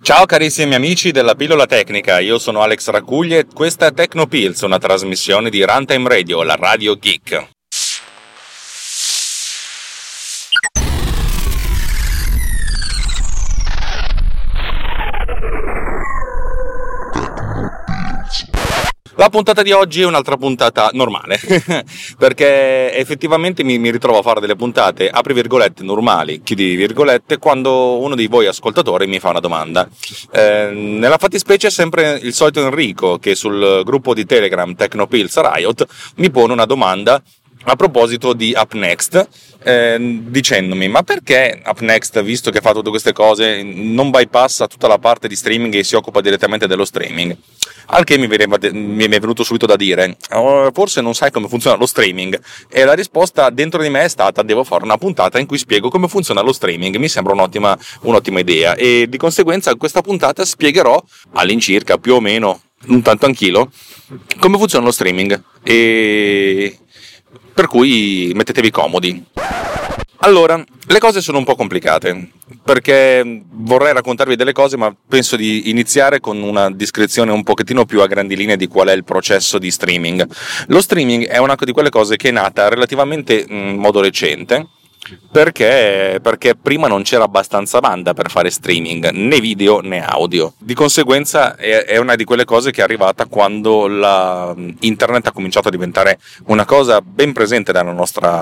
Ciao carissimi amici della pillola tecnica, io sono Alex Raccugli e questa è Tecnopills, una trasmissione di Runtime Radio, la radio geek. La puntata di oggi è un'altra puntata normale, perché effettivamente mi ritrovo a fare delle puntate, apri virgolette, normali, chiudi virgolette, quando uno di voi ascoltatori mi fa una domanda. Nella fattispecie è sempre il solito Enrico, che sul gruppo di Telegram Tecnopills Riot mi pone una domanda a proposito di UpNext, dicendomi: ma perché UpNext, visto che fa tutte queste cose, non bypassa tutta la parte di streaming e si occupa direttamente dello streaming? Al che mi è venuto subito da dire: forse non sai come funziona lo streaming. E la risposta dentro di me è stata: devo fare una puntata in cui spiego come funziona lo streaming. Mi sembra un'ottima idea, e di conseguenza questa puntata spiegherò all'incirca, più o meno un tanto anch'io, come funziona lo streaming, e per cui mettetevi comodi. Allora, le cose sono un po' complicate, perché vorrei raccontarvi delle cose, ma penso di iniziare con una descrizione un pochettino più a grandi linee di qual è il processo di streaming. Lo streaming è una di quelle cose che è nata relativamente in modo recente, perché prima non c'era abbastanza banda per fare streaming, né video né audio. Di conseguenza è una di quelle cose che è arrivata quando internet ha cominciato a diventare una cosa ben presente nel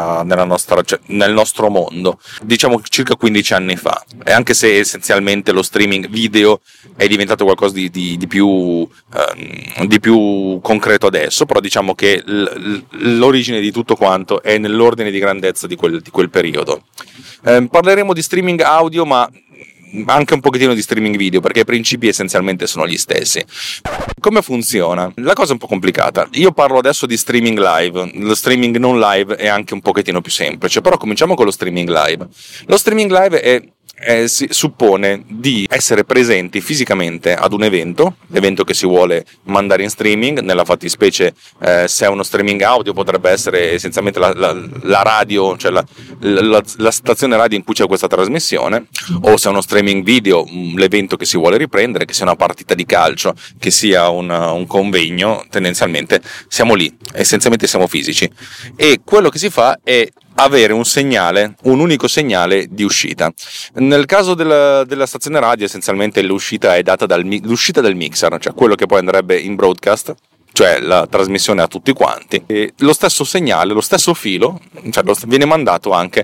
nostro mondo, diciamo circa 15 anni fa. E anche se essenzialmente lo streaming video è diventato qualcosa di più concreto adesso, però diciamo che l'origine di tutto quanto è nell'ordine di grandezza di quel periodo. Parleremo di streaming audio, ma anche un pochettino di streaming video, perché i principi essenzialmente sono gli stessi. Come funziona? La cosa è un po' complicata. Io parlo adesso di streaming live. Lo streaming non live è anche un pochettino più semplice, però cominciamo con lo streaming live. Lo streaming live si suppone di essere presenti fisicamente ad un l'evento che si vuole mandare in streaming. Nella fattispecie, se è uno streaming audio, potrebbe essere essenzialmente la radio, cioè la stazione radio in cui c'è questa trasmissione, o se è uno streaming video, l'evento che si vuole riprendere, che sia una partita di calcio, che sia un convegno. Tendenzialmente siamo lì, essenzialmente siamo fisici, e quello che si fa è avere un unico segnale di uscita. Nel caso della stazione radio, essenzialmente l'uscita è data l'uscita del mixer, cioè quello che poi andrebbe in broadcast, cioè la trasmissione a tutti quanti, e lo stesso segnale, lo stesso filo, cioè viene mandato anche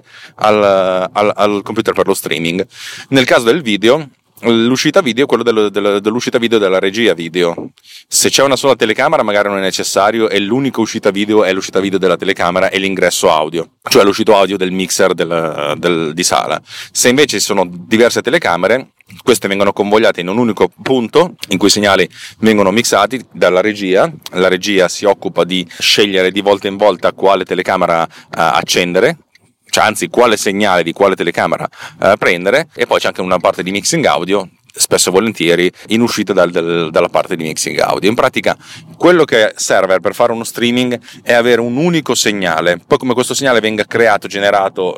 al computer per lo streaming. Nel caso del video, l'uscita video è quello dell'uscita video della regia video. Se c'è una sola telecamera magari non è necessario, e l'unica uscita video è l'uscita video della telecamera e l'ingresso audio, cioè l'uscito audio del mixer di sala. Se invece ci sono diverse telecamere, queste vengono convogliate in un unico punto in cui i segnali vengono mixati dalla regia. La regia si occupa di scegliere di volta in volta quale telecamera accendere, cioè anzi quale segnale di quale telecamera prendere, e poi c'è anche una parte di mixing audio, spesso e volentieri in uscita dalla parte di mixing audio. In pratica quello che serve per fare uno streaming è avere un unico segnale. Poi come questo segnale venga creato, generato,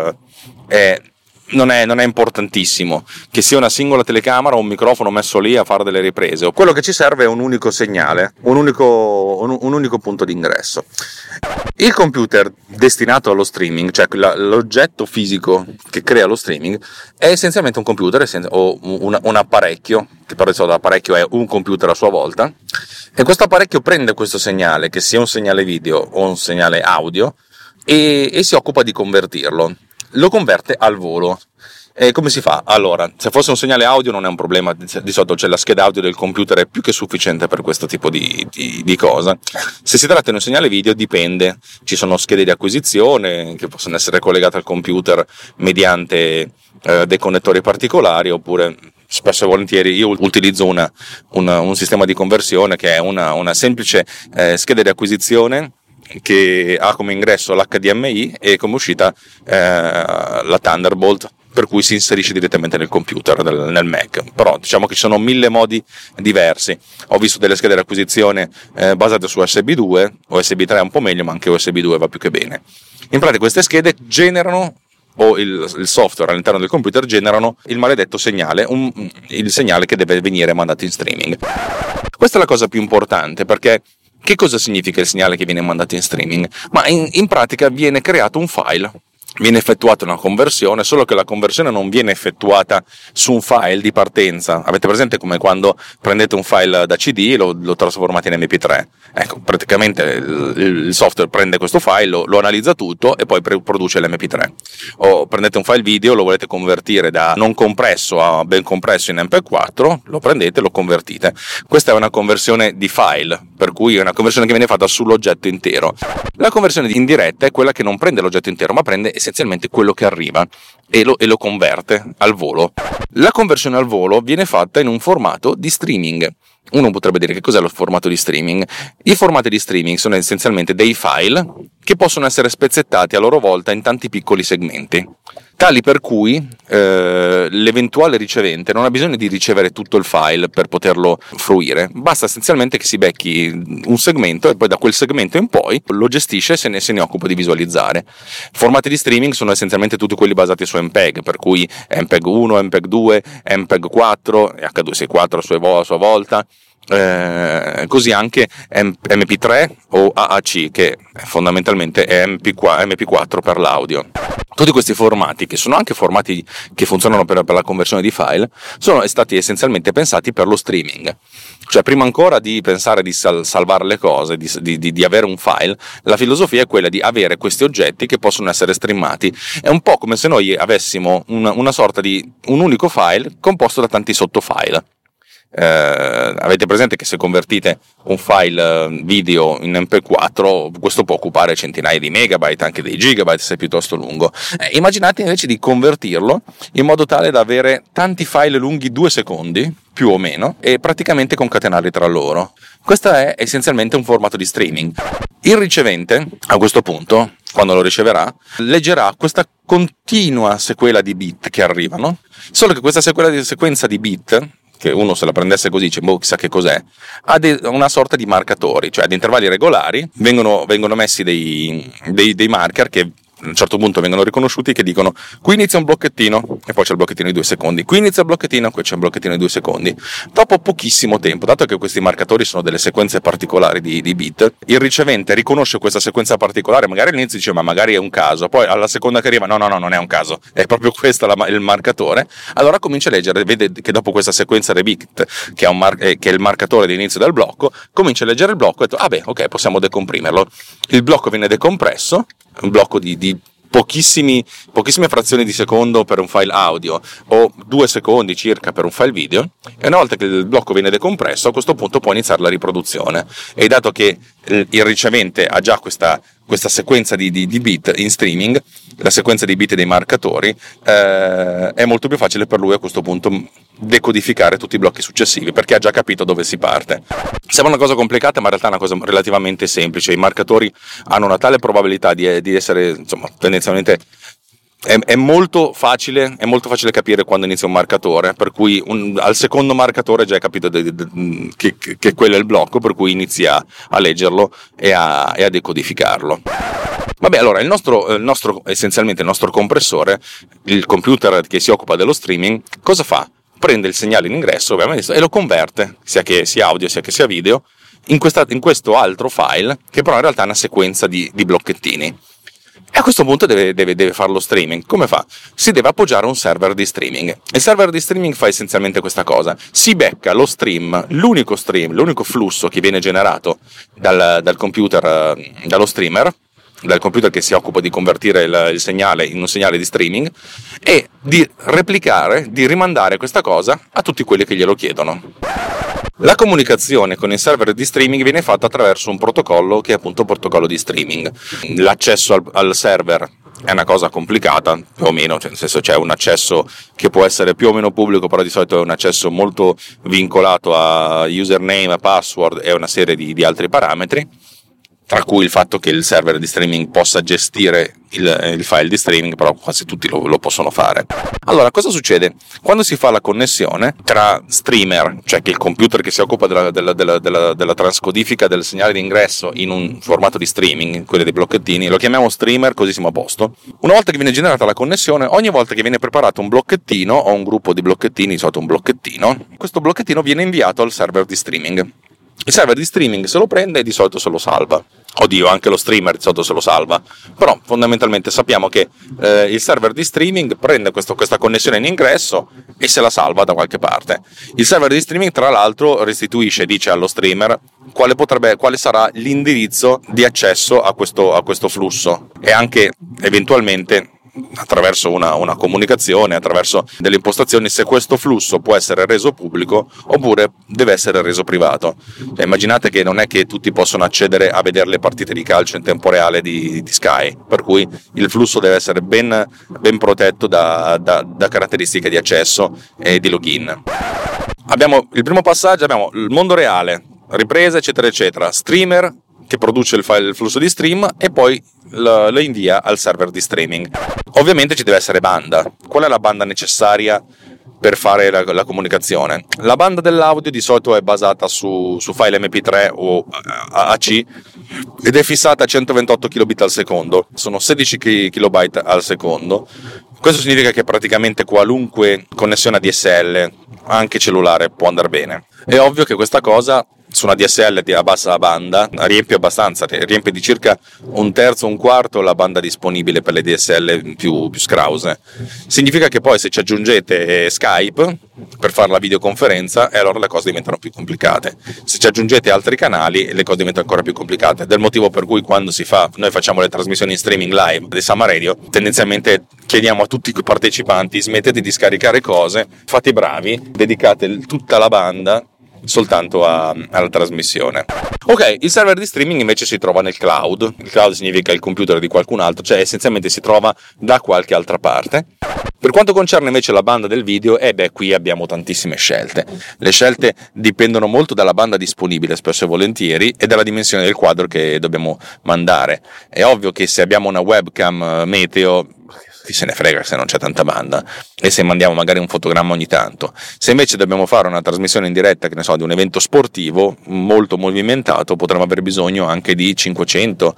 non è importantissimo, che sia una singola telecamera o un microfono messo lì a fare delle riprese. Quello che ci serve è un unico segnale, un unico punto d'ingresso. Il computer destinato allo streaming, cioè l'oggetto fisico che crea lo streaming, è essenzialmente un computer o un apparecchio, che però l'apparecchio è un computer a sua volta, e questo apparecchio prende questo segnale, che sia un segnale video o un segnale audio, e si occupa di convertirlo. Lo converte al volo. E come si fa? Allora, se fosse un segnale audio non è un problema, di solito c'è la scheda audio del computer, è più che sufficiente per questo tipo di cosa. Se si tratta di un segnale video dipende, ci sono schede di acquisizione che possono essere collegate al computer mediante dei connettori particolari, oppure spesso e volentieri io utilizzo un sistema di conversione che è una semplice scheda di acquisizione che ha come ingresso l'HDMI e come uscita la Thunderbolt, per cui si inserisce direttamente nel computer, nel Mac. Però diciamo che ci sono 1000 modi diversi. Ho visto delle schede di acquisizione basate su USB 2, USB 3 è un po' meglio, ma anche USB 2 va più che bene. In pratica queste schede generano o il software all'interno del computer generano il maledetto segnale, il segnale che deve venire mandato in streaming. Questa è la cosa più importante, perché che cosa significa il segnale che viene mandato in streaming? Ma in pratica viene creato un file, viene effettuata una conversione, solo che la conversione non viene effettuata su un file di partenza. Avete presente come quando prendete un file da CD e lo trasformate in MP3? Ecco, praticamente il software prende questo file, lo analizza tutto e poi produce l'MP3. O prendete un file video, lo volete convertire da non compresso a ben compresso in MP4, lo prendete e lo convertite. Questa è una conversione di file, per cui è una conversione che viene fatta sull'oggetto intero. La conversione indiretta è quella che non prende l'oggetto intero, ma prende essenzialmente quello che arriva e lo converte al volo. La conversione al volo viene fatta in un formato di streaming. Uno potrebbe dire: che cos'è lo formato di streaming? I formati di streaming sono essenzialmente dei file che possono essere spezzettati a loro volta in tanti piccoli segmenti, tali per cui l'eventuale ricevente non ha bisogno di ricevere tutto il file per poterlo fruire, basta essenzialmente che si becchi un segmento e poi da quel segmento in poi lo gestisce e se ne occupa di visualizzare. I formati di streaming sono essenzialmente tutti quelli basati su MPEG, per cui MPEG 1, MPEG 2, MPEG 4 e H264 a sua volta. Così anche MP3 o AAC, che fondamentalmente è MP4 per l'audio. Tutti questi formati, che sono anche formati che funzionano per la conversione di file, sono stati essenzialmente pensati per lo streaming. Cioè, prima ancora di pensare di salvare le cose, di avere un file, la filosofia è quella di avere questi oggetti che possono essere streamati. È un po' come se noi avessimo una sorta di un unico file composto da tanti sottofile. Avete presente che se convertite un file video in MP4, questo può occupare centinaia di megabyte, anche dei gigabyte se è piuttosto lungo. Immaginate invece di convertirlo in modo tale da avere tanti file lunghi 2 secondi più o meno e praticamente concatenarli tra loro. Questo è essenzialmente un formato di streaming. Il ricevente, a questo punto, quando lo riceverà, leggerà questa continua sequela di bit che arrivano, solo che questa sequenza di bit, che uno se la prendesse così dice chissà che cos'è, ha una sorta di marcatori, cioè ad intervalli regolari vengono messi dei marker che a un certo punto vengono riconosciuti, che dicono: qui inizia un blocchettino e poi c'è il blocchettino di 2 secondi, qui inizia il blocchettino, qui c'è un blocchettino di 2 secondi. Dopo pochissimo tempo, dato che questi marcatori sono delle sequenze particolari di bit, il ricevente riconosce questa sequenza particolare, magari all'inizio dice ma magari è un caso, poi alla seconda che arriva no, non è un caso, è proprio questo il marcatore. Allora comincia a leggere, vede che dopo questa sequenza di bit che è il marcatore di inizio del blocco, comincia a leggere il blocco e ha detto ok, possiamo decomprimerlo. Il blocco viene decompresso, un blocco di pochissime frazioni di secondo per un file audio o 2 secondi circa per un file video, e una volta che il blocco viene decompresso, a questo punto può iniziare la riproduzione. E dato che il ricevente ha già questa sequenza di bit in streaming, la sequenza di bit dei marcatori, è molto più facile per lui a questo punto decodificare tutti i blocchi successivi, perché ha già capito dove si parte. Sembra una cosa complicata, ma in realtà è una cosa relativamente semplice. I marcatori hanno una tale probabilità di essere, insomma, tendenzialmente è molto facile capire quando inizia un marcatore, per cui al secondo marcatore già hai capito che quello è il blocco, per cui inizia a leggerlo e a decodificarlo. Vabbè, allora essenzialmente il nostro compressore, il computer che si occupa dello streaming, cosa fa? Prende il segnale in ingresso ovviamente e lo converte, sia che sia audio sia che sia video, in questo altro file, che però in realtà è una sequenza di blocchettini. E a questo punto deve fare lo streaming. Come fa? Si deve appoggiare a un server di streaming. Il server di streaming fa essenzialmente questa cosa: si becca lo stream, l'unico flusso che viene generato dal computer, dallo streamer, dal computer che si occupa di convertire il segnale in un segnale di streaming, e di replicare, di rimandare questa cosa a tutti quelli che glielo chiedono. La comunicazione con il server di streaming viene fatta attraverso un protocollo che è appunto un protocollo di streaming. L'accesso al server è una cosa complicata, più o meno, cioè nel senso c'è un accesso che può essere più o meno pubblico, però di solito è un accesso molto vincolato a username, a password e una serie di altri parametri. tra cui il fatto che il server di streaming possa gestire il file di streaming, però quasi tutti lo possono fare. Allora, cosa succede? Quando si fa la connessione tra streamer, cioè che il computer che si occupa della transcodifica del segnale di ingresso in un formato di streaming, quelli dei blocchettini, lo chiamiamo streamer, così siamo a posto. Una volta che viene generata la connessione, ogni volta che viene preparato un blocchettino o un gruppo di blocchettini, di solito un blocchettino, questo blocchettino viene inviato al server di streaming. Il server di streaming se lo prende e di solito se lo salva. Oddio, anche lo streamer di solito se lo salva. Però fondamentalmente sappiamo che il server di streaming prende questa connessione in ingresso e se la salva da qualche parte. Il server di streaming tra l'altro restituisce, dice allo streamer, quale sarà l'indirizzo di accesso a questo flusso e anche eventualmente attraverso una comunicazione, attraverso delle impostazioni, se questo flusso può essere reso pubblico oppure deve essere reso privato. Cioè, immaginate che non è che tutti possono accedere a vedere le partite di calcio in tempo reale di Sky, per cui il flusso deve essere ben protetto da caratteristiche di accesso e di login. Abbiamo il primo passaggio, abbiamo il mondo reale, riprese eccetera eccetera, streamer che produce il flusso di stream e poi lo invia al server di streaming. Ovviamente ci deve essere banda. Qual è la banda necessaria per fare la comunicazione? La banda dell'audio di solito è basata su file MP3 o AC ed è fissata a 128 kilobit al secondo, sono 16 kilobyte al secondo. Questo significa che praticamente qualunque connessione ADSL, anche cellulare, può andare bene. È ovvio che questa cosa su una DSL a bassa banda riempie di circa un terzo, un quarto la banda disponibile per le DSL più scrause. Significa che poi se ci aggiungete Skype per fare la videoconferenza, allora le cose diventano più complicate. Se ci aggiungete altri canali, le cose diventano ancora più complicate. Del motivo per cui quando noi facciamo le trasmissioni in streaming live di Sama Radio, tendenzialmente chiediamo a tutti i partecipanti: smettete di scaricare cose, fate i bravi, dedicate tutta la banda soltanto alla trasmissione. Ok, il server di streaming invece si trova nel cloud. Il cloud significa il computer di qualcun altro, cioè essenzialmente si trova da qualche altra parte. Per quanto concerne invece la banda del video, qui abbiamo tantissime scelte. Le scelte dipendono molto dalla banda disponibile, spesso e volentieri, e dalla dimensione del quadro che dobbiamo mandare. È ovvio che se abbiamo una webcam meteo, chi se ne frega se non c'è tanta banda, e se mandiamo magari un fotogramma ogni tanto. Se invece dobbiamo fare una trasmissione in diretta, che ne so, di un evento sportivo molto movimentato, potremmo aver bisogno anche di 500,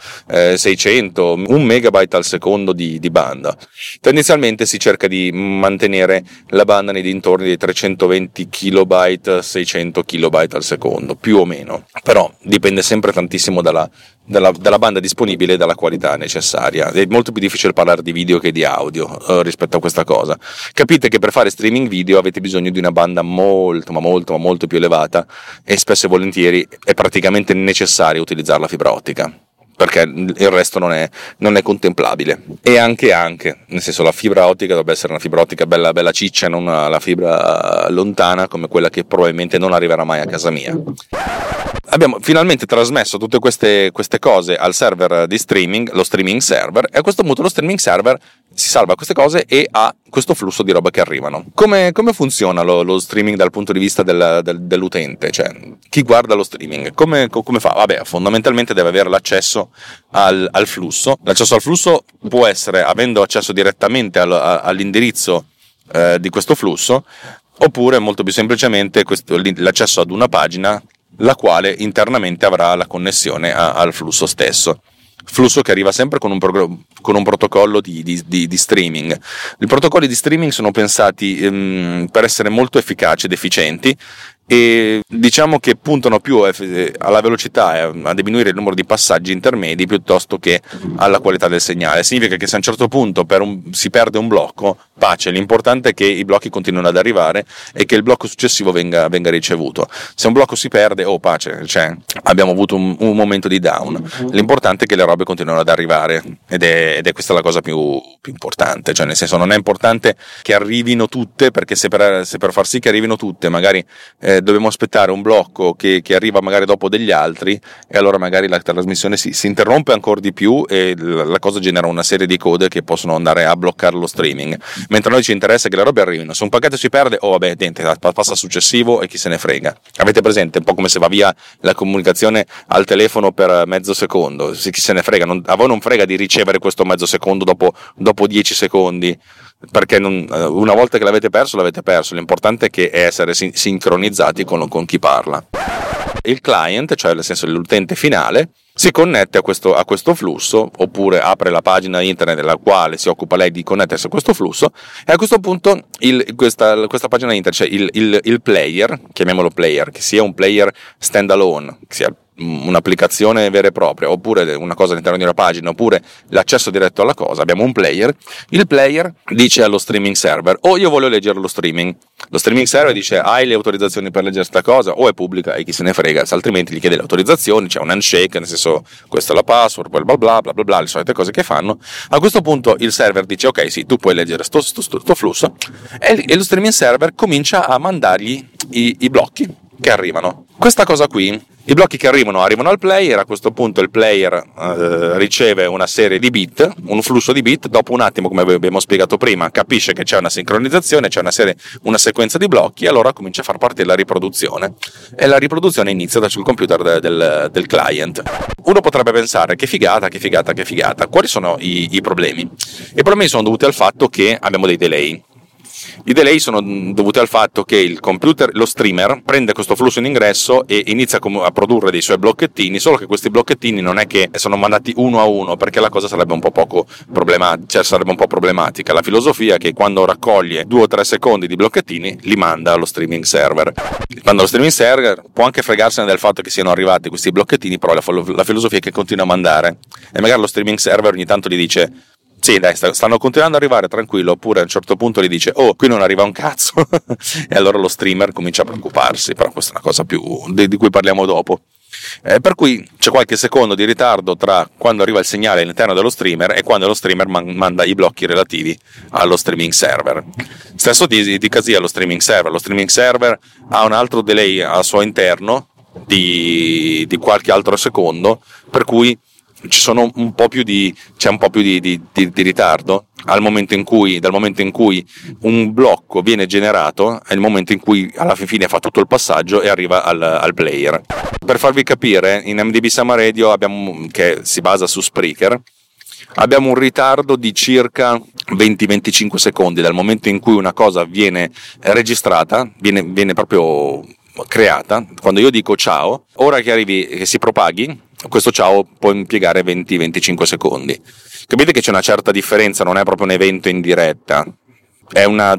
600, 1 megabyte al secondo di banda. Tendenzialmente si cerca di mantenere la banda nei dintorni dei 320 kilobyte, 600 kilobyte al secondo, più o meno. Però dipende sempre tantissimo dalla banda disponibile e dalla qualità necessaria. È molto più difficile parlare di video che di audio rispetto a questa cosa. Capite che per fare streaming video avete bisogno di una banda molto più elevata e spesso e volentieri è praticamente necessario utilizzare la fibra ottica, perché il resto non è contemplabile. E anche, nel senso, la fibra ottica dovrebbe essere una fibra ottica bella ciccia, non la fibra lontana come quella che probabilmente non arriverà mai a casa mia. Abbiamo finalmente trasmesso tutte queste cose al server di streaming, lo streaming server, e a questo punto lo streaming server si salva queste cose e ha questo flusso di roba che arrivano. Come funziona lo streaming dal punto di vista dell'utente? Cioè, chi guarda lo streaming? Come fa? Vabbè, fondamentalmente deve avere l'accesso al flusso. L'accesso al flusso può essere avendo accesso direttamente all'indirizzo di questo flusso, oppure molto più semplicemente l'accesso ad una pagina la quale internamente avrà la connessione al flusso stesso. Flusso che arriva sempre con un protocollo di streaming. I protocolli di streaming sono pensati per essere molto efficaci ed efficienti, e diciamo che puntano più alla velocità e a diminuire il numero di passaggi intermedi piuttosto che alla qualità del segnale. Significa che se a un certo punto si perde un blocco, pace, l'importante è che i blocchi continuino ad arrivare e che il blocco successivo venga ricevuto. Se un blocco si perde, pace, cioè abbiamo avuto un momento di down. L'importante è che le robe continuino ad arrivare ed è questa la cosa più importante, cioè nel senso non è importante che arrivino tutte, perché se per far sì che arrivino tutte magari dobbiamo aspettare un blocco che arriva magari dopo degli altri, e allora magari la trasmissione si interrompe ancora di più e la cosa genera una serie di code che possono andare a bloccare lo streaming, mentre a noi ci interessa che le robe arrivino. Se un pacchetto si perde, vabbè, niente, passa al successivo e chi se ne frega. Avete presente un po' come se va via la comunicazione al telefono per mezzo secondo? Chi se ne frega, a voi non frega di ricevere questo mezzo secondo dopo 10 secondi, perché una volta che l'avete perso, l'importante è essere sincronizzati con chi parla. Il client, cioè nel senso l'utente finale, si connette a questo flusso, oppure apre la pagina internet della quale si occupa lei di connettersi a questo flusso, e a questo punto questa pagina internet, cioè il player, chiamiamolo player, che sia un player standalone, che sia un'applicazione vera e propria, oppure una cosa all'interno di una pagina, oppure l'accesso diretto alla cosa, abbiamo un player. Il player dice allo streaming server: io voglio leggere lo streaming server dice: hai le autorizzazioni per leggere sta cosa? O è pubblica e chi se ne frega, altrimenti gli chiede le autorizzazioni, c'è un handshake, nel senso questa è la password, bla bla bla bla bla, le solite cose che fanno. A questo punto il server dice: ok, sì, tu puoi leggere sto flusso, e lo streaming server comincia a mandargli i blocchi che arrivano. Questa cosa qui, i blocchi che arrivano al player. A questo punto il player riceve una serie di bit, un flusso di bit. Dopo un attimo, come abbiamo spiegato prima, capisce che c'è una sincronizzazione, c'è una sequenza di blocchi, e allora comincia a far partire la riproduzione, e la riproduzione inizia sul computer del client. Uno potrebbe pensare: che figata. Quali sono i problemi? I problemi sono dovuti al fatto che abbiamo dei delay. I delay sono dovuti al fatto che il computer, lo streamer, prende questo flusso in ingresso e inizia a produrre dei suoi blocchettini, solo che questi blocchettini non è che sono mandati uno a uno, perché la cosa sarebbe un po' problematica. La filosofia è che quando raccoglie 2 o 3 secondi di blocchettini li manda allo streaming server. Quando lo streaming server può anche fregarsene del fatto che siano arrivati questi blocchettini, però la filosofia è che continua a mandare, e magari lo streaming server ogni tanto gli dice: sì, dai, stanno continuando ad arrivare, tranquillo. Oppure a un certo punto gli dice: qui non arriva un cazzo e allora lo streamer comincia a preoccuparsi. Però questa è una cosa di cui parliamo dopo. Per cui c'è qualche secondo di ritardo tra quando arriva il segnale all'interno dello streamer e quando lo streamer manda i blocchi relativi allo streaming server. Stesso dicasi allo streaming server. Lo streaming server ha un altro delay al suo interno di qualche altro secondo, per cui c'è un po' più di ritardo dal momento in cui un blocco viene generato, è il momento in cui alla fine fa tutto il passaggio e arriva al player. Per farvi capire, in MDB Summer Radio che si basa su Spreaker, abbiamo un ritardo di circa 20-25 secondi dal momento in cui una cosa viene registrata, viene proprio creata. Quando io dico ciao, ora che si propaghi, questo ciao può impiegare 20-25 secondi. Capite che c'è una certa differenza, non è proprio un evento in diretta, è una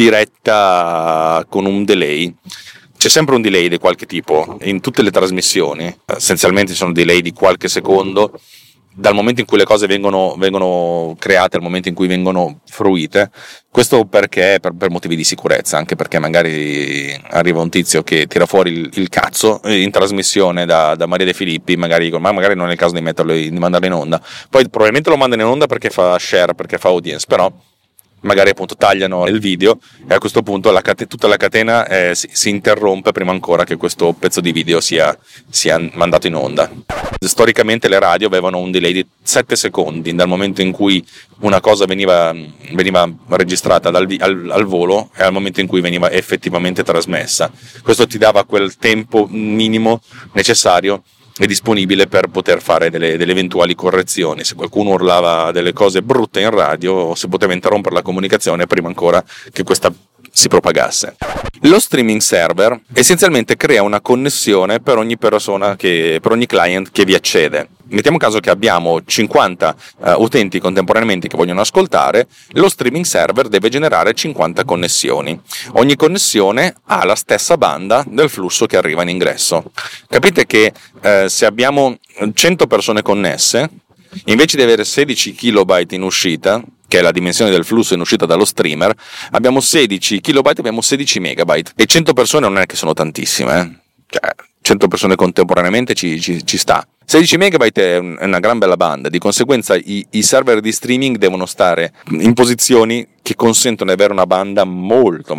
diretta con un delay. C'è sempre un delay di qualche tipo in tutte le trasmissioni, essenzialmente sono delay di qualche secondo dal momento in cui le cose vengono create al momento in cui vengono fruite. Questo perché per motivi di sicurezza, anche perché magari arriva un tizio che tira fuori il cazzo in trasmissione da Maria De Filippi, magari non è il caso di mandarlo in onda. Poi probabilmente lo mandano in onda perché fa share, perché fa audience, però magari appunto tagliano il video, e a questo punto tutta la catena si interrompe prima ancora che questo pezzo di video sia mandato in onda. Storicamente le radio avevano un delay di 7 secondi dal momento in cui una cosa veniva registrata al volo e al momento in cui veniva effettivamente trasmessa. Questo ti dava quel tempo minimo necessario e disponibile per poter fare delle eventuali correzioni. Se qualcuno urlava delle cose brutte in radio, si poteva interrompere la comunicazione prima ancora che questa si propagasse. Lo streaming server essenzialmente crea una connessione per ogni client che vi accede. Mettiamo caso che abbiamo 50 utenti contemporaneamente che vogliono ascoltare, lo streaming server deve generare 50 connessioni. Ogni connessione ha la stessa banda del flusso che arriva in ingresso. Capite che se abbiamo 100 persone connesse, invece di avere 16 kilobyte in uscita, che è la dimensione del flusso in uscita dallo streamer, abbiamo 16 kilobyte, abbiamo 16 megabyte. E 100 persone non è che sono tantissime, Cioè, 100 persone contemporaneamente ci sta. 16 megabyte è una gran bella banda, di conseguenza i server di streaming devono stare in posizioni che consentono di avere una banda molto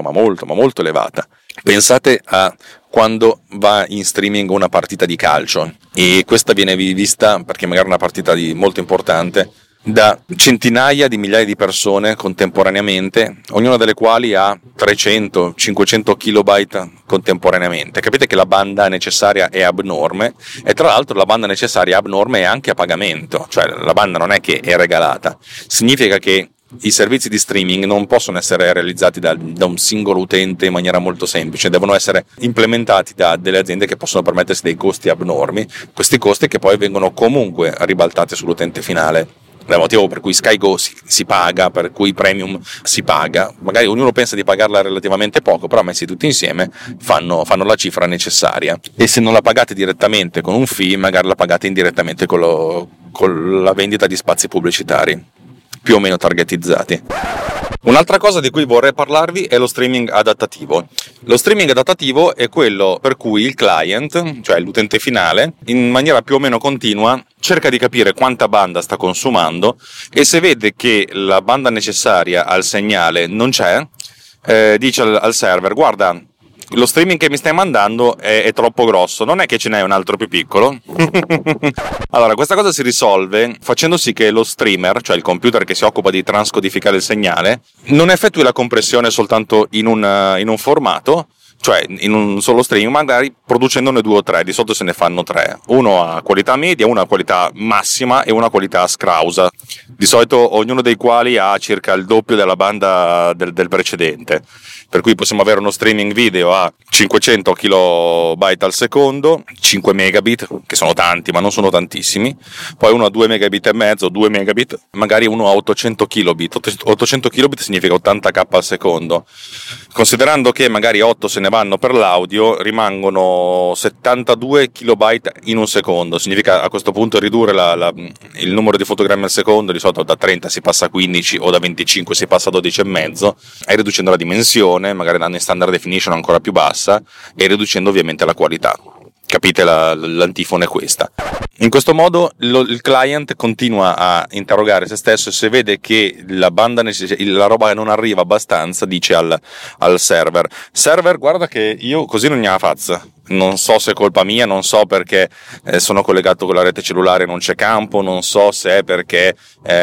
elevata. Pensate a quando va in streaming una partita di calcio, e questa viene vista, perché magari è una partita molto importante, da centinaia di migliaia di persone contemporaneamente, ognuna delle quali ha 300-500 kilobyte contemporaneamente. Capite che la banda necessaria è abnorme, e tra l'altro la banda necessaria abnorme è anche a pagamento, cioè la banda non è che è regalata. Significa che i servizi di streaming non possono essere realizzati da un singolo utente in maniera molto semplice, devono essere implementati da delle aziende che possono permettersi dei costi abnormi, questi costi che poi vengono comunque ribaltati sull'utente finale. Il motivo per cui Sky Go si paga, per cui Premium si paga, magari ognuno pensa di pagarla relativamente poco, però messi tutti insieme fanno la cifra necessaria, e se non la pagate direttamente con un fee, magari la pagate indirettamente con la vendita di spazi pubblicitari più o meno targetizzati. Un'altra cosa di cui vorrei parlarvi è lo streaming adattativo. Lo streaming adattativo è quello per cui il client, cioè l'utente finale, in maniera più o meno continua cerca di capire quanta banda sta consumando, e se vede che la banda necessaria al segnale non c'è, dice al server: guarda, lo streaming che mi stai mandando è troppo grosso, non è che ce n'è un altro più piccolo? Allora, questa cosa si risolve facendo sì che lo streamer, cioè il computer che si occupa di transcodificare il segnale, non effettui la compressione soltanto in un formato, cioè in un solo stream, magari producendone 2 o 3, di solito se ne fanno 3, uno a qualità media, uno a qualità massima e uno a qualità scrausa, di solito ognuno dei quali ha circa il doppio della banda del precedente, per cui possiamo avere uno streaming video a 500 kilobyte al secondo, 5 megabit, che sono tanti ma non sono tantissimi, poi uno a 2 megabit e mezzo, 2 megabit, magari uno a 800 kilobit. 800 kilobit significa 80k al secondo, considerando che magari 8 se ne vanno per l'audio, rimangono 72 kilobyte in un secondo. Significa a questo punto ridurre il numero di fotogrammi al secondo, di solito da 30 si passa a 15 o da 25 si passa a 12 e mezzo, e riducendo la dimensione, magari andando in standard definition ancora più bassa, e riducendo ovviamente la qualità. Capite, l'antifona è questa. In questo modo il client continua a interrogare se stesso, e se vede che la roba non arriva abbastanza, dice al server: guarda che io così non ne ha fazza, non so se è colpa mia, non so perché sono collegato con la rete cellulare e non c'è campo, non so se è perché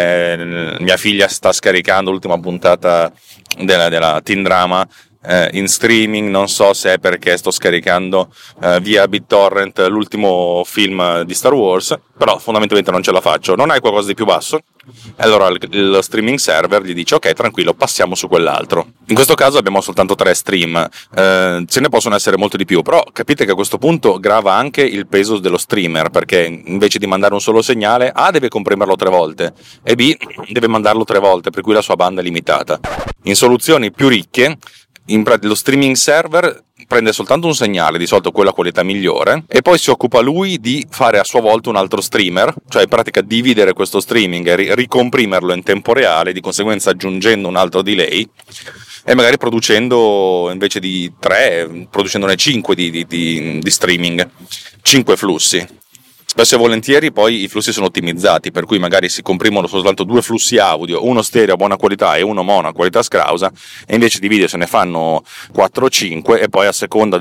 mia figlia sta scaricando l'ultima puntata della Teen Drama in streaming, non so se è perché sto scaricando via BitTorrent l'ultimo film di Star Wars, però fondamentalmente non ce la faccio. Non hai qualcosa di più basso? Allora il streaming server gli dice: ok, tranquillo, passiamo su quell'altro. In questo caso abbiamo soltanto 3 stream, ce ne possono essere molti di più, però capite che a questo punto grava anche il peso dello streamer, perché invece di mandare un solo segnale, A, deve comprimerlo 3 volte, e B, deve mandarlo 3 volte, per cui la sua banda è limitata. In soluzioni più ricche, lo streaming server prende soltanto un segnale, di solito quello a qualità migliore, e poi si occupa lui di fare a sua volta un altro streamer, cioè in pratica dividere questo streaming e ricomprimerlo in tempo reale, di conseguenza aggiungendo un altro delay, e magari producendo invece di 3, producendone 5 di streaming, 5 flussi. Spesso e volentieri poi i flussi sono ottimizzati, per cui magari si comprimono soltanto 2 flussi audio, uno stereo a buona qualità e uno mono a qualità scrausa, e invece di video se ne fanno 4 o 5, e poi a seconda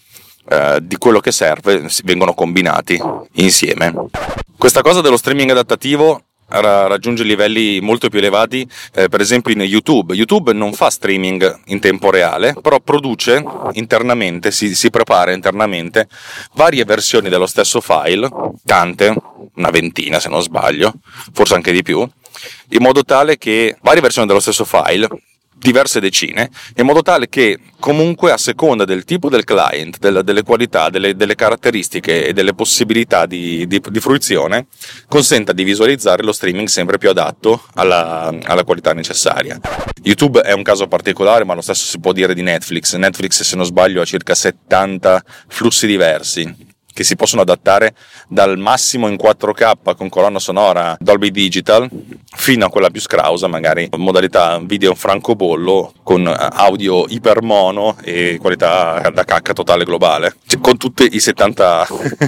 di quello che serve vengono combinati insieme. Questa cosa dello streaming adattativo raggiunge livelli molto più elevati, per esempio in YouTube. YouTube non fa streaming in tempo reale, però produce internamente, si prepara internamente varie versioni dello stesso file, tante, una ventina se non sbaglio, forse anche di più, in modo tale che varie versioni dello stesso file, diverse decine, in modo tale che comunque a seconda del tipo del client, delle qualità, delle caratteristiche e delle possibilità di fruizione, consenta di visualizzare lo streaming sempre più adatto alla qualità necessaria. YouTube è un caso particolare, ma lo stesso si può dire di Netflix. Netflix, se non sbaglio, ha circa 70 flussi diversi che si possono adattare dal massimo in 4K con colonna sonora Dolby Digital fino a quella più scrausa, magari in modalità video francobollo con audio ipermono e qualità da cacca totale globale, cioè, con tutte le 70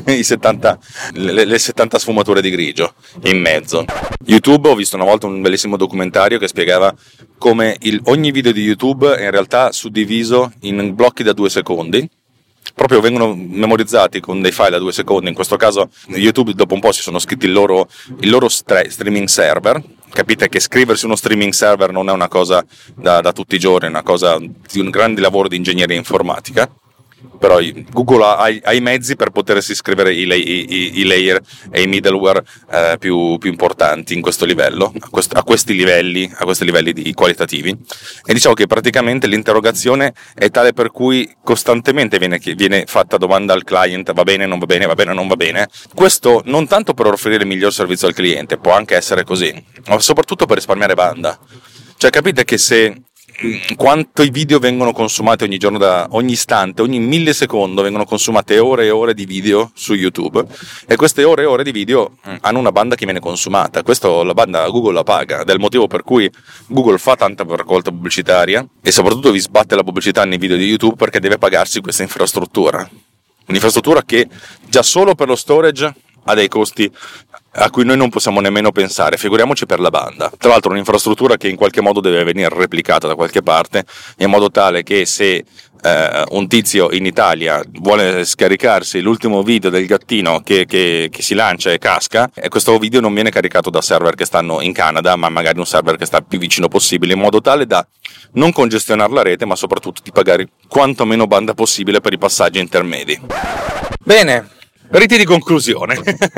sfumature di grigio in mezzo. YouTube, ho visto una volta un bellissimo documentario che spiegava come ogni video di YouTube è in realtà suddiviso in blocchi da 2 secondi. Proprio vengono memorizzati con dei file da 2 secondi. In questo caso YouTube dopo un po' si sono scritti il loro streaming server. Capite che scriversi uno streaming server non è una cosa da tutti i giorni, è una cosa di un grande lavoro di ingegneria informatica. Però Google ha i mezzi per potersi scrivere i layer e i middleware più importanti in questo livello, a questi livelli di qualitativi. E diciamo che praticamente l'interrogazione è tale per cui costantemente viene fatta domanda al client: va bene, non va bene, va bene, non va bene. Questo non tanto per offrire il miglior servizio al cliente, può anche essere così, ma soprattutto per risparmiare banda. Cioè, capite che se quanto i video vengono consumati ogni giorno, ogni istante, ogni millisecondo vengono consumate ore e ore di video su YouTube, e queste ore e ore di video hanno una banda che viene consumata. Questo la banda Google la paga, ed è il motivo per cui Google fa tanta raccolta pubblicitaria e soprattutto vi sbatte la pubblicità nei video di YouTube, perché deve pagarsi questa infrastruttura, un'infrastruttura che già solo per lo storage ha dei costi a cui noi non possiamo nemmeno pensare, figuriamoci per la banda. Tra l'altro un'infrastruttura che in qualche modo deve venire replicata da qualche parte, in modo tale che se un tizio in Italia vuole scaricarsi l'ultimo video del gattino che si lancia e casca, e questo video non viene caricato da server che stanno in Canada, ma magari un server che sta più vicino possibile, in modo tale da non congestionare la rete, ma soprattutto di pagare quanto meno banda possibile per i passaggi intermedi. Bene, riti di conclusione.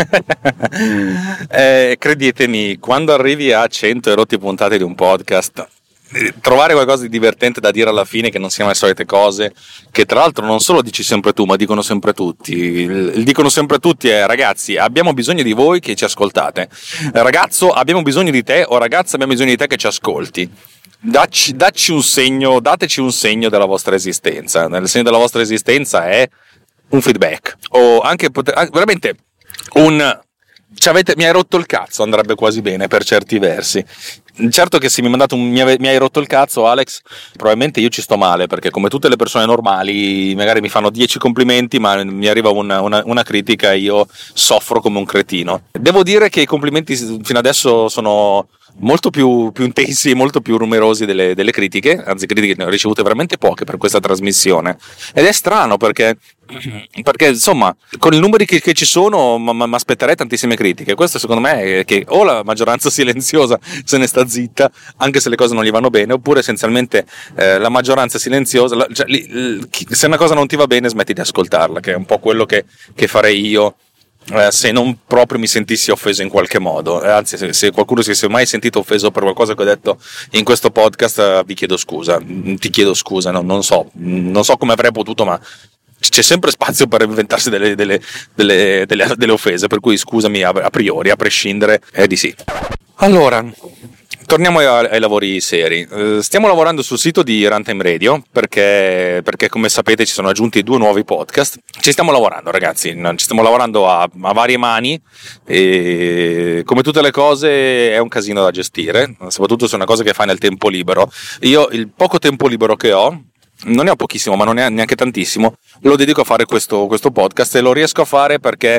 Credetemi, quando arrivi a 100 e rotti puntate di un podcast, trovare qualcosa di divertente da dire alla fine, che non siano le solite cose, che tra l'altro non solo dici sempre tu, ma dicono sempre tutti. Il dicono sempre tutti è: ragazzi, abbiamo bisogno di voi che ci ascoltate. Ragazzo, abbiamo bisogno di te, o ragazza, abbiamo bisogno di te che ci ascolti. Dateci un segno, dateci un segno della vostra esistenza. Il segno della vostra esistenza è un feedback, o anche veramente mi hai rotto il cazzo, andrebbe quasi bene per certi versi. Certo che se mi hai rotto il cazzo, Alex, probabilmente io ci sto male, perché come tutte le persone normali magari mi fanno 10 complimenti, ma mi arriva una critica e io soffro come un cretino. Devo dire che i complimenti fino adesso sono molto più intensi e molto più numerosi delle critiche, anzi critiche ne ho ricevute veramente poche per questa trasmissione, ed è strano perché insomma con i numeri che ci sono mi aspetterei tantissime critiche. Questo secondo me è che o la maggioranza silenziosa se ne sta zitta anche se le cose non gli vanno bene, oppure essenzialmente la maggioranza silenziosa, se una cosa non ti va bene smetti di ascoltarla, che è un po' quello che farei io se non proprio mi sentissi offeso in qualche modo. Anzi, se qualcuno si è mai sentito offeso per qualcosa che ho detto in questo podcast, vi chiedo scusa, ti chiedo scusa, non so come avrei potuto, ma c'è sempre spazio per inventarsi delle offese, per cui scusami a priori, a prescindere, di sì. Allora, torniamo ai lavori seri. Stiamo lavorando sul sito di Runtime Radio perché come sapete ci sono aggiunti 2 nuovi podcast. Ci stiamo lavorando, ragazzi, ci stiamo lavorando a varie mani, e come tutte le cose è un casino da gestire, soprattutto se è una cosa che fai nel tempo libero. Io il poco tempo libero che ho, non ne ho pochissimo, ma non è neanche tantissimo, lo dedico a fare questo podcast, e lo riesco a fare perché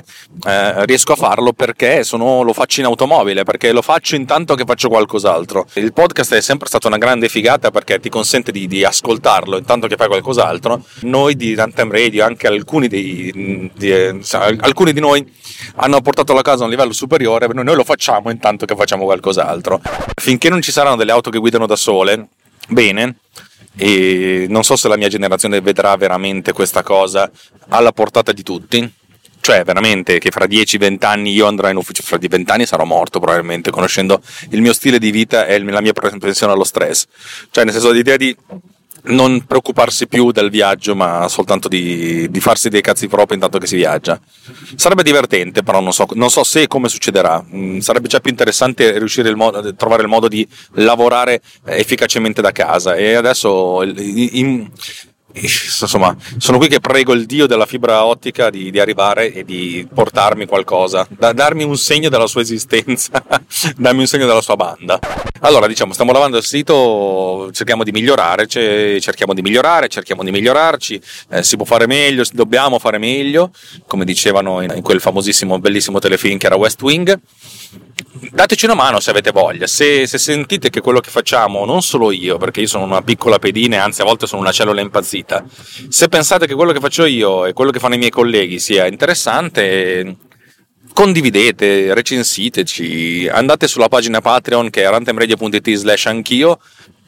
lo faccio in automobile, perché lo faccio intanto che faccio qualcos'altro. Il podcast è sempre stata una grande figata perché ti consente di ascoltarlo intanto che fai qualcos'altro. Noi di Runtime Radio, anche alcuni di noi hanno portato la cosa a un livello superiore, noi lo facciamo intanto che facciamo qualcos'altro. Finché non ci saranno delle auto che guidano da sole, bene, e non so se la mia generazione vedrà veramente questa cosa alla portata di tutti, cioè veramente che fra 10-20 anni io andrò in ufficio, fra 20 anni sarò morto probabilmente, conoscendo il mio stile di vita e la mia propensione allo stress, cioè nel senso l'idea di non preoccuparsi più del viaggio, ma soltanto di farsi dei cazzi propri intanto che si viaggia. Sarebbe divertente, però non so se e come succederà. Sarebbe già più interessante riuscire a trovare il modo di lavorare efficacemente da casa, e adesso insomma, sono qui che prego il dio della fibra ottica di arrivare e di portarmi qualcosa, darmi un segno della sua esistenza, darmi un segno della sua banda. Allora, diciamo, stiamo lavando il sito, cerchiamo di migliorare, cerchiamo di migliorarci, si può fare meglio, dobbiamo fare meglio, come dicevano in quel famosissimo, bellissimo telefilm che era West Wing. Dateci una mano se avete voglia, se sentite che quello che facciamo, non solo io, perché io sono una piccola pedina, anzi a volte sono una cellula impazzita, se pensate che quello che faccio io e quello che fanno i miei colleghi sia interessante, condividete, recensiteci, andate sulla pagina Patreon che è rantemradio.it/anch'io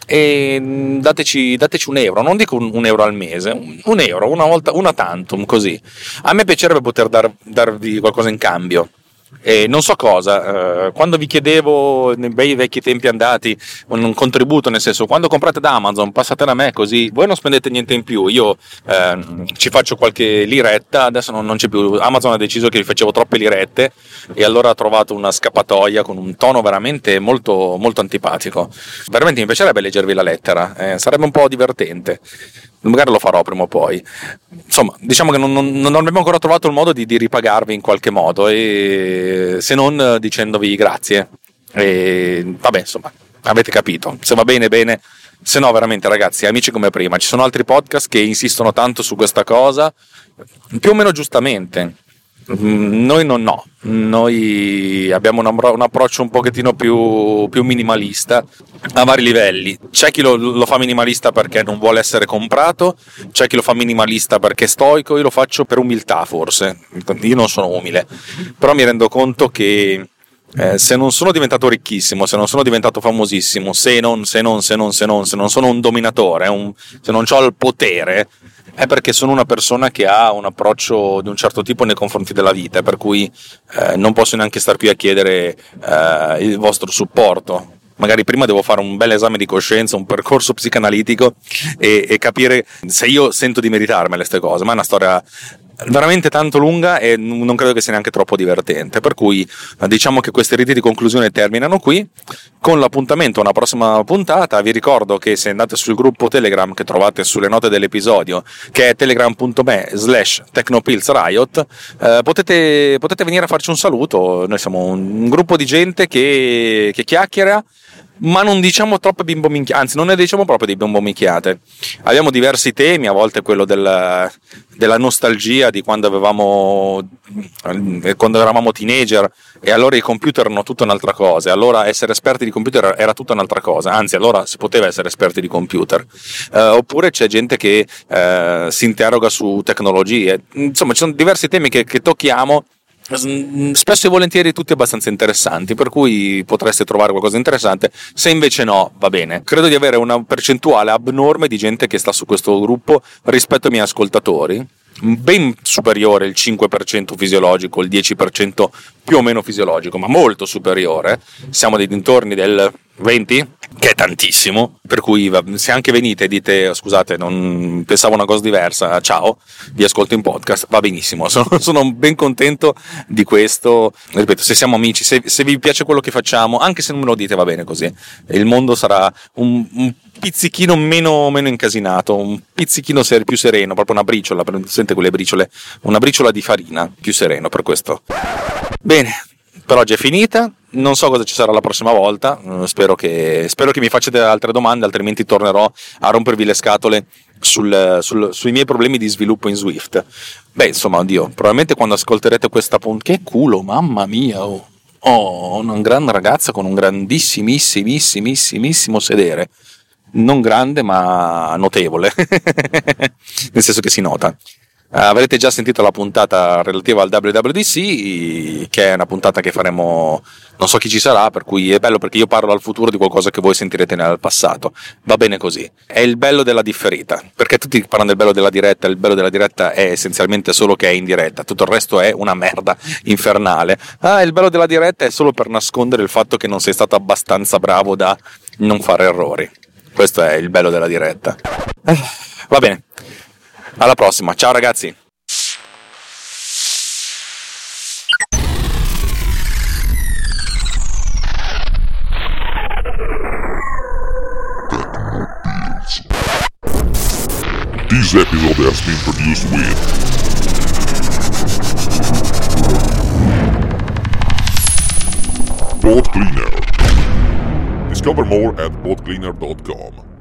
e dateci €1, non dico €1 al mese, €1, una volta, una tantum, così. A me piacerebbe poter darvi qualcosa in cambio. E non so cosa, quando vi chiedevo nei bei vecchi tempi andati un contributo, nel senso, quando comprate da Amazon passatela a me, così voi non spendete niente in più, io ci faccio qualche liretta. Adesso non c'è più, Amazon ha deciso che vi facevo troppe lirette e allora ha trovato una scappatoia con un tono veramente molto, molto antipatico. Veramente mi piacerebbe leggervi la lettera, sarebbe un po' divertente. Magari lo farò prima o poi. Insomma, diciamo che non abbiamo ancora trovato il modo di ripagarvi in qualche modo, e se non dicendovi grazie. E vabbè, insomma, avete capito. Se va bene, bene. Se no, veramente, ragazzi, amici come prima. Ci sono altri podcast che insistono tanto su questa cosa, più o meno giustamente. Noi no, noi abbiamo un approccio un pochettino più minimalista a vari livelli. C'è chi lo fa minimalista perché non vuole essere comprato, c'è chi lo fa minimalista perché è stoico. Io lo faccio per umiltà, forse. Io non sono umile, però mi rendo conto che se non sono diventato ricchissimo, se non sono diventato famosissimo, se non sono un dominatore, se non ho il potere, è perché sono una persona che ha un approccio di un certo tipo nei confronti della vita, per cui non posso neanche star qui a chiedere il vostro supporto. Magari prima devo fare un bel esame di coscienza, un percorso psicanalitico e capire se io sento di meritarmele queste cose, ma è una storia veramente tanto lunga e non credo che sia neanche troppo divertente, per cui diciamo che questi riti di conclusione terminano qui, con l'appuntamento a una prossima puntata. Vi ricordo che se andate sul gruppo Telegram che trovate sulle note dell'episodio, che è telegram.me/technopillsriot, potete venire a farci un saluto. Noi siamo un gruppo di gente che chiacchiera, ma non diciamo troppe bimbomminchiate, anzi non ne diciamo proprio di bimbomminchiate. Abbiamo diversi temi, a volte quello della nostalgia di quando eravamo teenager, e allora i computer erano tutta un'altra cosa, allora essere esperti di computer era tutta un'altra cosa, anzi allora si poteva essere esperti di computer. Oppure c'è gente che si interroga su tecnologie. Insomma, ci sono diversi temi che tocchiamo, spesso e volentieri tutti abbastanza interessanti, per cui potreste trovare qualcosa di interessante. Se invece no, va bene. Credo di avere una percentuale abnorme di gente che sta su questo gruppo rispetto ai miei ascoltatori, ben superiore il 5% fisiologico, il 10% più o meno fisiologico, ma molto superiore. Siamo dei dintorni del 20%, che è tantissimo, per cui se anche venite e dite scusate, non pensavo una cosa diversa, ciao, vi ascolto in podcast, va benissimo, sono ben contento di questo. Ripeto, se siamo amici, se vi piace quello che facciamo, anche se non me lo dite va bene così, il mondo sarà un pizzichino meno incasinato, un pizzichino più sereno, proprio una briciola, sente quelle briciole, una briciola di farina, più sereno per questo. Bene, per oggi è finita, non so cosa ci sarà la prossima volta, spero che mi facciate altre domande, altrimenti tornerò a rompervi le scatole sui miei problemi di sviluppo in Swift. Beh, insomma, oddio, probabilmente quando ascolterete questa che culo, mamma mia, una grande ragazza con un grandissimissimo sedere, non grande ma notevole, nel senso che si nota. Avrete già sentito la puntata relativa al WWDC, che è una puntata che faremo, non so chi ci sarà, per cui è bello perché io parlo al futuro di qualcosa che voi sentirete nel passato. Va bene così, è il bello della differita, perché tutti parlano del bello della diretta. Il bello della diretta è essenzialmente solo che è in diretta, tutto il resto è una merda infernale. Il bello della diretta è solo per nascondere il fatto che non sei stato abbastanza bravo da non fare errori. Questo è il bello della diretta. Va bene, alla prossima, ciao ragazzi. This episode has been produced with Pod Cleaner. Discover more at podcleaner.com.